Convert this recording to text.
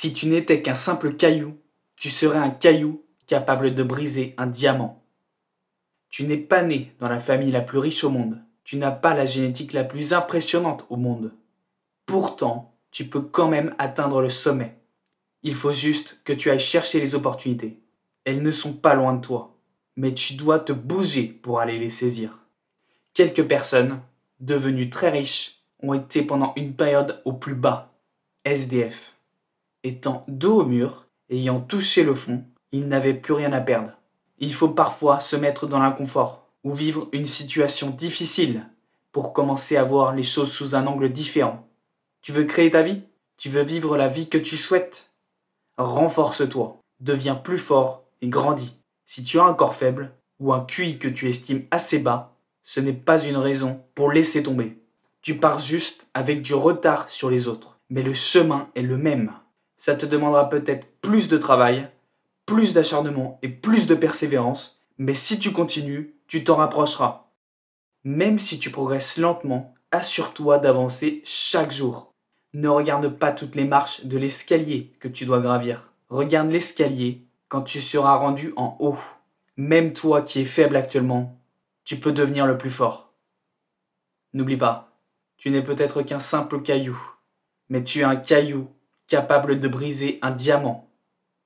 Si tu n'étais qu'un simple caillou, tu serais un caillou capable de briser un diamant. Tu n'es pas né dans la famille la plus riche au monde. Tu n'as pas la génétique la plus impressionnante au monde. Pourtant, tu peux quand même atteindre le sommet. Il faut juste que tu ailles chercher les opportunités. Elles ne sont pas loin de toi, mais tu dois te bouger pour aller les saisir. Quelques personnes, devenues très riches, ont été pendant une période au plus bas, SDF. Étant dos au mur, ayant touché le fond, ils n'avaient plus rien à perdre. Il faut parfois se mettre dans l'inconfort ou vivre une situation difficile pour commencer à voir les choses sous un angle différent. Tu veux créer ta vie? Tu veux vivre la vie que tu souhaites? Renforce-toi, deviens plus fort et grandis. Si tu as un corps faible ou un QI que tu estimes assez bas, ce n'est pas une raison pour laisser tomber. Tu pars juste avec du retard sur les autres, mais le chemin est le même. Ça te demandera peut-être plus de travail, plus d'acharnement et plus de persévérance, mais si tu continues, tu t'en rapprocheras. Même si tu progresses lentement, assure-toi d'avancer chaque jour. Ne regarde pas toutes les marches de l'escalier que tu dois gravir. Regarde l'escalier quand tu seras rendu en haut. Même toi qui es faible actuellement, tu peux devenir le plus fort. N'oublie pas, tu n'es peut-être qu'un simple caillou, mais tu es un caillou capable de briser un diamant.